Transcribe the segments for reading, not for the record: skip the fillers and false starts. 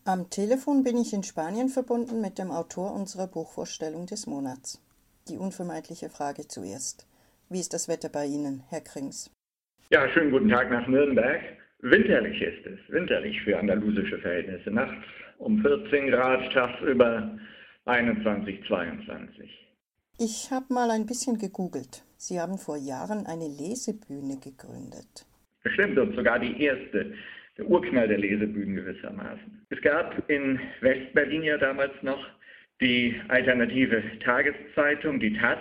Am Telefon bin ich in Spanien verbunden mit dem Autor unserer Buchvorstellung des Monats. Die unvermeidliche Frage zuerst. Wie ist das Wetter bei Ihnen, Herr Krings? Ja, schönen guten Tag nach Nürnberg. Winterlich ist es, winterlich für andalusische Verhältnisse. Nachts um 14 Grad, tagsüber 21, 22. Ich habe mal ein bisschen gegoogelt. Sie haben vor Jahren eine Lesebühne gegründet. Bestimmt, und sogar die erste, der Urknall der Lesebühnen gewissermaßen. Es gab in Westberlin ja damals noch die alternative Tageszeitung, die taz,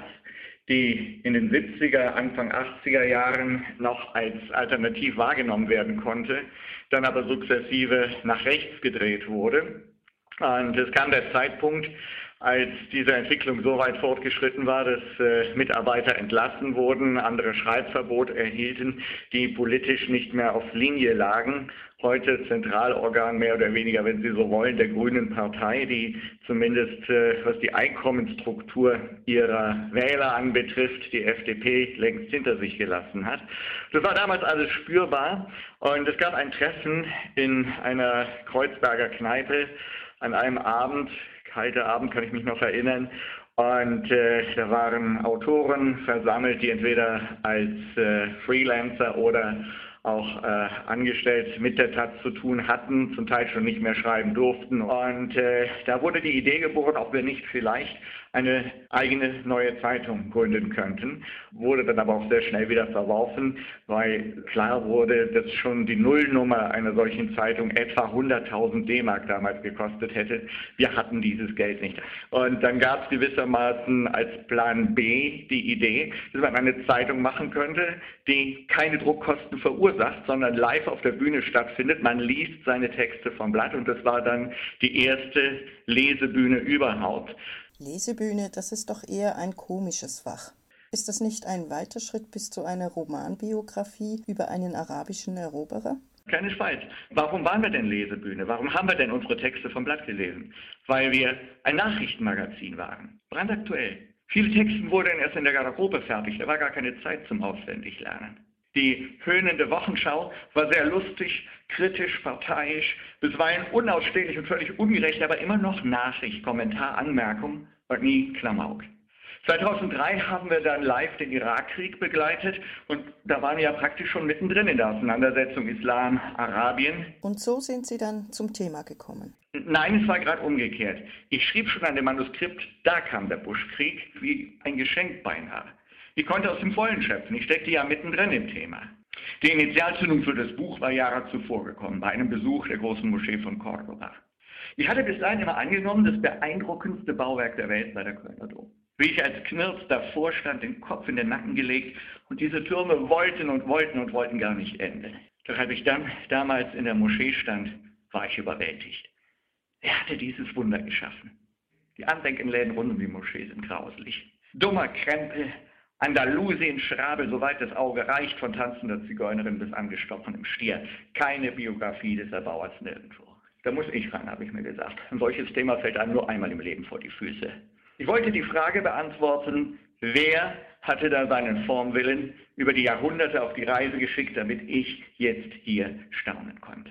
die in den 70er, Anfang 80er Jahren noch als alternativ wahrgenommen werden konnte, dann aber sukzessive nach rechts gedreht wurde. Und es kam der Zeitpunkt, als diese Entwicklung so weit fortgeschritten war, dass Mitarbeiter entlassen wurden, andere Schreibverbot erhielten, die politisch nicht mehr auf Linie lagen. Heute Zentralorgan mehr oder weniger, wenn Sie so wollen, der Grünen Partei, die zumindest was die Einkommensstruktur ihrer Wähler anbetrifft, die FDP längst hinter sich gelassen hat. Das war damals alles spürbar und es gab ein Treffen in einer Kreuzberger Kneipe an einem Abend, kalter Abend, kann ich mich noch erinnern. Und da waren Autoren versammelt, die entweder als Freelancer oder auch angestellt mit der taz zu tun hatten, zum Teil schon nicht mehr schreiben durften. Und da wurde die Idee geboren, ob wir nicht vielleicht eine eigene neue Zeitung gründen könnten. Wurde dann aber auch sehr schnell wieder verworfen, weil klar wurde, dass schon die Nullnummer einer solchen Zeitung etwa 100.000 D-Mark damals gekostet hätte. Wir hatten dieses Geld nicht. Und dann gab es gewissermaßen als Plan B die Idee, dass man eine Zeitung machen könnte, die keine Druckkosten verursacht, sondern live auf der Bühne stattfindet. Man liest seine Texte vom Blatt und das war dann die erste Lesebühne überhaupt. Lesebühne, das ist doch eher ein komisches Fach. Ist das nicht ein weiter Schritt bis zu einer Romanbiografie über einen arabischen Eroberer? Keine Schweiz. Warum waren wir denn Lesebühne? Warum haben wir denn unsere Texte vom Blatt gelesen? Weil wir ein Nachrichtenmagazin waren. Brandaktuell. Viele Texte wurden erst in der Garderobe fertig. Da war gar keine Zeit zum Auswendiglernen. Die höhnende Wochenschau war sehr lustig, kritisch, parteiisch, bisweilen unausstehlich und völlig ungerecht, aber immer noch Nachricht, Kommentar, Anmerkung und nie Klamauk. 2003 haben wir dann live den Irakkrieg begleitet und da waren wir ja praktisch schon mittendrin in der Auseinandersetzung Islam-Arabien. Und so sind Sie dann zum Thema gekommen? Nein, es war gerade umgekehrt. Ich schrieb schon an dem Manuskript, da kam der Buschkrieg, wie ein Geschenk beinahe. Ich konnte aus dem Vollen schöpfen, ich steckte ja mittendrin im Thema. Die Initialzündung für das Buch war Jahre zuvor gekommen, bei einem Besuch der großen Moschee von Cordoba. Ich hatte bis dahin immer angenommen, das beeindruckendste Bauwerk der Welt sei der Kölner Dom. Wie ich als Knirps davor stand, den Kopf in den Nacken gelegt und diese Türme wollten und wollten und wollten gar nicht enden. Doch als ich dann damals in der Moschee stand, war ich überwältigt. Er hatte dieses Wunder geschaffen. Die Andenkenläden rund um die Moschee sind grauselig. Dummer Krempel, Andalusien, Schrabel, soweit das Auge reicht, von tanzender Zigeunerin bis angestochenem Stier. Keine Biografie des Erbauers nirgendwo. Da muss ich ran, habe ich mir gesagt. Ein solches Thema fällt einem nur einmal im Leben vor die Füße. Ich wollte die Frage beantworten, wer hatte da seinen Formwillen über die Jahrhunderte auf die Reise geschickt, damit ich jetzt hier staunen konnte.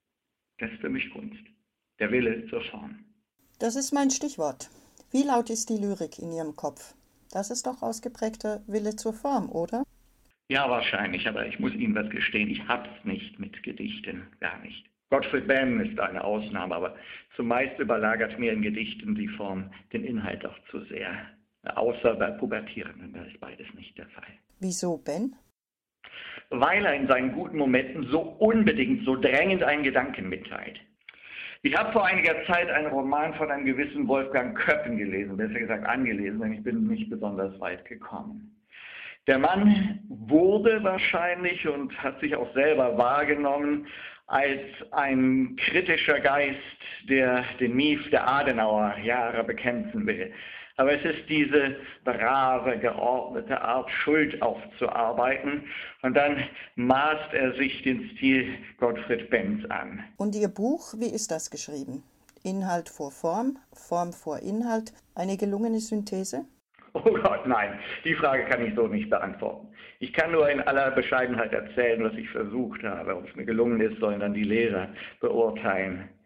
Das ist für mich Kunst. Der Wille zur Form. Das ist mein Stichwort. Wie laut ist die Lyrik in Ihrem Kopf? Das ist doch ausgeprägter Wille zur Form, oder? Ja, wahrscheinlich, aber ich muss Ihnen was gestehen, ich hab's nicht mit Gedichten, gar nicht. Gottfried Benn ist eine Ausnahme, aber zumeist überlagert mir in Gedichten die Form den Inhalt auch zu sehr. Außer bei Pubertierenden, da ist beides nicht der Fall. Wieso Ben? Weil er in seinen guten Momenten so unbedingt, so drängend einen Gedanken mitteilt. Ich habe vor einiger Zeit einen Roman von einem gewissen Wolfgang Köppen gelesen, besser gesagt angelesen, denn ich bin nicht besonders weit gekommen. Der Mann wurde wahrscheinlich und hat sich auch selber wahrgenommen als ein kritischer Geist, der den Mief der Adenauer-Jahre bekämpfen will. Aber es ist diese brave, geordnete Art, Schuld aufzuarbeiten. Und dann maßt er sich den Stil Gottfried Benns an. Und Ihr Buch, wie ist das geschrieben? Inhalt vor Form, Form vor Inhalt, eine gelungene Synthese? Oh Gott, nein, die Frage kann ich so nicht beantworten. Ich kann nur in aller Bescheidenheit erzählen, was ich versucht habe. Ob es mir gelungen ist, sollen dann die Lehrer beurteilen.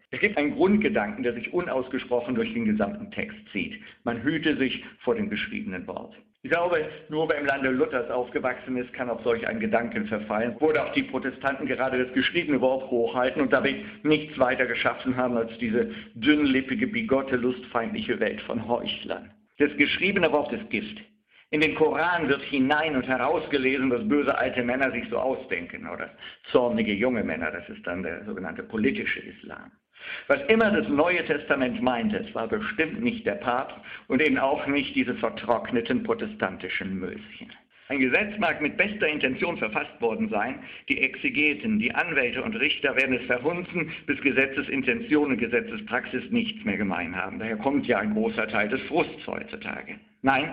Es gibt einen Grundgedanken, der sich unausgesprochen durch den gesamten Text zieht. Man hüte sich vor dem geschriebenen Wort. Ich glaube, nur wer im Lande Luthers aufgewachsen ist, kann auf solch einen Gedanken verfallen, wo auch die Protestanten gerade das geschriebene Wort hochhalten und dabei nichts weiter geschaffen haben als diese dünnlippige, bigotte, lustfeindliche Welt von Heuchlern. Das geschriebene Wort ist Gift. In den Koran wird hinein und herausgelesen, was böse alte Männer sich so ausdenken oder zornige junge Männer, das ist dann der sogenannte politische Islam. Was immer das Neue Testament meinte, es war bestimmt nicht der Papst und eben auch nicht diese vertrockneten protestantischen Möschen. Ein Gesetz mag mit bester Intention verfasst worden sein, die Exegeten, die Anwälte und Richter werden es verhunzen, bis Gesetzesintention und Gesetzespraxis nichts mehr gemein haben. Daher kommt ja ein großer Teil des Frusts heutzutage. Nein,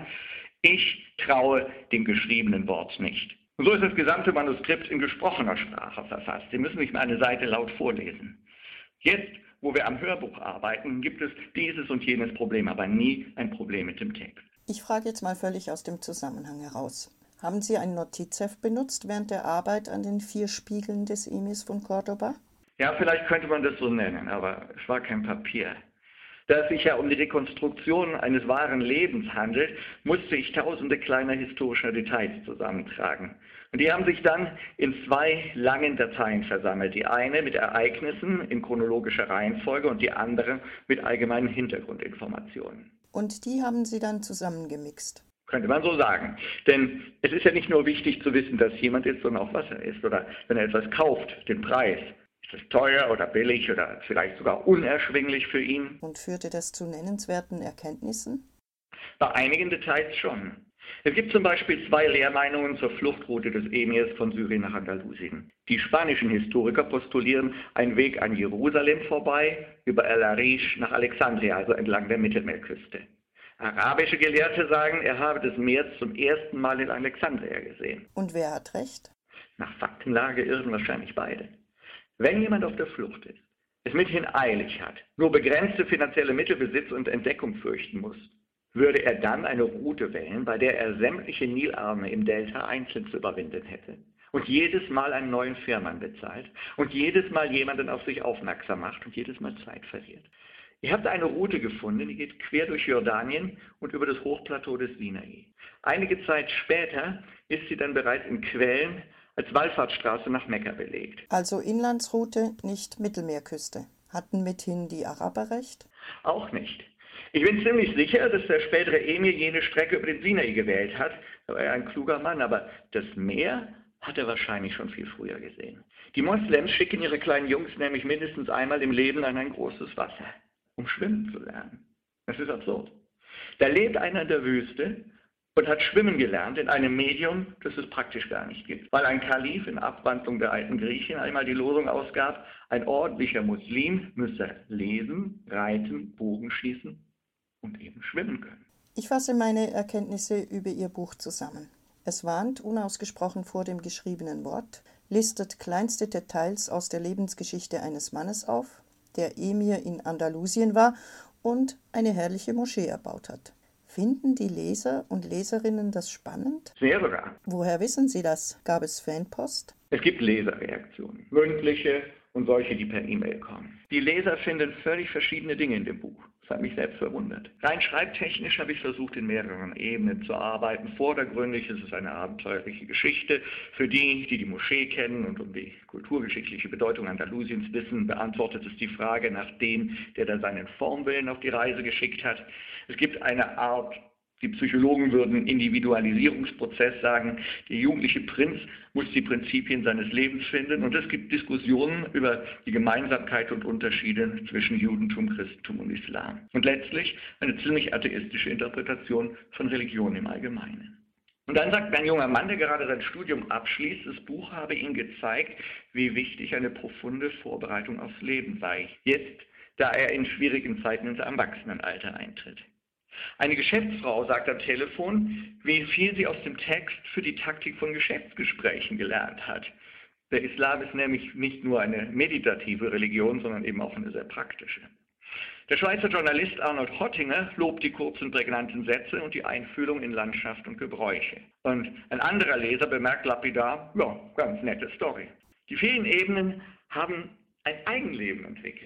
ich traue dem geschriebenen Wort nicht. Und so ist das gesamte Manuskript in gesprochener Sprache verfasst. Sie müssen nicht mal eine Seite laut vorlesen. Jetzt, wo wir am Hörbuch arbeiten, gibt es dieses und jenes Problem, aber nie ein Problem mit dem Text. Ich frage jetzt mal völlig aus dem Zusammenhang heraus. Haben Sie ein Notizheft benutzt während der Arbeit an den 4 Spiegeln des Emirs von Córdoba? Ja, vielleicht könnte man das so nennen, aber es war kein Papier. Da es sich ja um die Rekonstruktion eines wahren Lebens handelt, musste ich tausende kleiner historischer Details zusammentragen. Und die haben sich dann in 2 langen Dateien versammelt. Die eine mit Ereignissen in chronologischer Reihenfolge und die andere mit allgemeinen Hintergrundinformationen. Und die haben Sie dann zusammengemixt? Könnte man so sagen. Denn es ist ja nicht nur wichtig zu wissen, dass jemand ist, sondern auch was er ist. Oder wenn er etwas kauft, den Preis. Ist es teuer oder billig oder vielleicht sogar unerschwinglich für ihn? Und führte das zu nennenswerten Erkenntnissen? Bei einigen Details schon. Es gibt zum Beispiel 2 Lehrmeinungen zur Fluchtroute des Emirs von Syrien nach Andalusien. Die spanischen Historiker postulieren einen Weg an Jerusalem vorbei, über El Arish nach Alexandria, also entlang der Mittelmeerküste. Arabische Gelehrte sagen, er habe das Meer zum ersten Mal in Alexandria gesehen. Und wer hat recht? Nach Faktenlage irren wahrscheinlich beide. Wenn jemand auf der Flucht ist, es mithin eilig hat, nur begrenzte finanzielle Mittel besitzt und Entdeckung fürchten muss, würde er dann eine Route wählen, bei der er sämtliche Nilarme im Delta einzeln zu überwinden hätte und jedes Mal einen neuen Fährmann bezahlt und jedes Mal jemanden auf sich aufmerksam macht und jedes Mal Zeit verliert. Ihr habt eine Route gefunden, die geht quer durch Jordanien und über das Hochplateau des Sinai. Einige Zeit später ist sie dann bereits in Quellen als Wallfahrtsstraße nach Mekka belegt. Also Inlandsroute, nicht Mittelmeerküste. Hatten mithin die Araber recht? Auch nicht. Ich bin ziemlich sicher, dass der spätere Emir jene Strecke über den Sinai gewählt hat. Da war er ein kluger Mann, aber das Meer hat er wahrscheinlich schon viel früher gesehen. Die Moslems schicken ihre kleinen Jungs nämlich mindestens einmal im Leben an ein großes Wasser, um schwimmen zu lernen. Das ist absurd. Da lebt einer in der Wüste und hat schwimmen gelernt in einem Medium, das es praktisch gar nicht gibt. Weil ein Kalif in Abwandlung der alten Griechen einmal die Losung ausgab, ein ordentlicher Muslim müsse lesen, reiten, Bogen schießen und eben schwimmen können. Ich fasse meine Erkenntnisse über Ihr Buch zusammen. Es warnt unausgesprochen vor dem geschriebenen Wort, listet kleinste Details aus der Lebensgeschichte eines Mannes auf, der Emir in Andalusien war und eine herrliche Moschee erbaut hat. Finden die Leser und Leserinnen das spannend? Sehr sogar. Woher wissen Sie das? Gab es Fanpost? Es gibt Leserreaktionen, mündliche und solche, die per E-Mail kommen. Die Leser finden völlig verschiedene Dinge in dem Buch. Das hat mich selbst verwundert. Rein schreibtechnisch habe ich versucht, in mehreren Ebenen zu arbeiten. Vordergründig ist es eine abenteuerliche Geschichte. Für die, die die Moschee kennen und um die kulturgeschichtliche Bedeutung Andalusiens wissen, beantwortet es die Frage nach dem, der da seinen Formwillen auf die Reise geschickt hat. Es gibt eine Art, die Psychologen würden Individualisierungsprozess sagen, der jugendliche Prinz muss die Prinzipien seines Lebens finden und es gibt Diskussionen über die Gemeinsamkeit und Unterschiede zwischen Judentum, Christentum und Islam. Und letztlich eine ziemlich atheistische Interpretation von Religion im Allgemeinen. Und dann sagt ein junger Mann, der gerade sein Studium abschließt, das Buch habe ihm gezeigt, wie wichtig eine profunde Vorbereitung aufs Leben sei, jetzt, da er in schwierigen Zeiten ins Erwachsenenalter eintritt. Eine Geschäftsfrau sagt am Telefon, wie viel sie aus dem Text für die Taktik von Geschäftsgesprächen gelernt hat. Der Islam ist nämlich nicht nur eine meditative Religion, sondern eben auch eine sehr praktische. Der Schweizer Journalist Arnold Hottinger lobt die kurzen, prägnanten Sätze und die Einfühlung in Landschaft und Gebräuche. Und ein anderer Leser bemerkt lapidar, ja, ganz nette Story. Die vielen Ebenen haben ein Eigenleben entwickelt.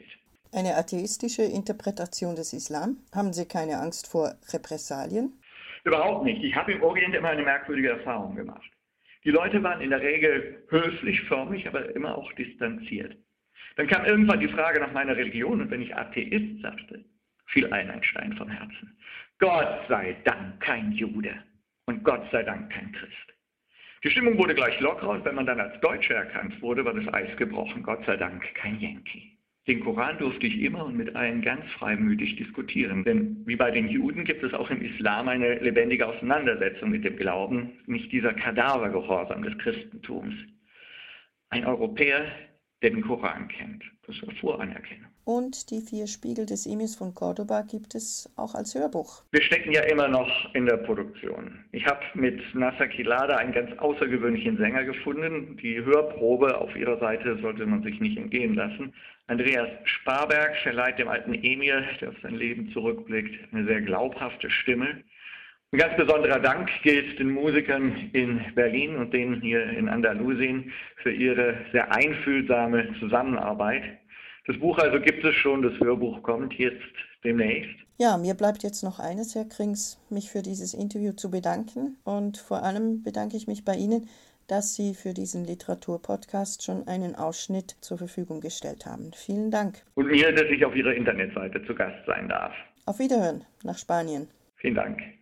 Eine atheistische Interpretation des Islam? Haben Sie keine Angst vor Repressalien? Überhaupt nicht. Ich habe im Orient immer eine merkwürdige Erfahrung gemacht. Die Leute waren in der Regel höflich, förmlich, aber immer auch distanziert. Dann kam irgendwann die Frage nach meiner Religion und wenn ich Atheist sagte, fiel ein Stein vom Herzen. Gott sei Dank kein Jude und Gott sei Dank kein Christ. Die Stimmung wurde gleich lockerer und wenn man dann als Deutscher erkannt wurde, war das Eis gebrochen. Gott sei Dank kein Yankee. Den Koran durfte ich immer und mit allen ganz freimütig diskutieren. Denn wie bei den Juden gibt es auch im Islam eine lebendige Auseinandersetzung mit dem Glauben, nicht dieser Kadavergehorsam des Christentums. Ein Europäer, der den Koran kennt, das erfuhr Anerkennung. Und die 4 Spiegel des Emirs von Cordoba gibt es auch als Hörbuch. Wir stecken ja immer noch in der Produktion. Ich habe mit Nasser Kilada einen ganz außergewöhnlichen Sänger gefunden. Die Hörprobe auf ihrer Seite sollte man sich nicht entgehen lassen. Andreas Sparberg verleiht dem alten Emir, der auf sein Leben zurückblickt, eine sehr glaubhafte Stimme. Ein ganz besonderer Dank gilt den Musikern in Berlin und denen hier in Andalusien für ihre sehr einfühlsame Zusammenarbeit. Das Buch also gibt es schon, das Hörbuch kommt jetzt demnächst. Ja, mir bleibt jetzt noch eines, Herr Krings, mich für dieses Interview zu bedanken. Und vor allem bedanke ich mich bei Ihnen, dass Sie für diesen Literaturpodcast schon einen Ausschnitt zur Verfügung gestellt haben. Vielen Dank. Und mir, dass ich auf Ihrer Internetseite zu Gast sein darf. Auf Wiederhören nach Spanien. Vielen Dank.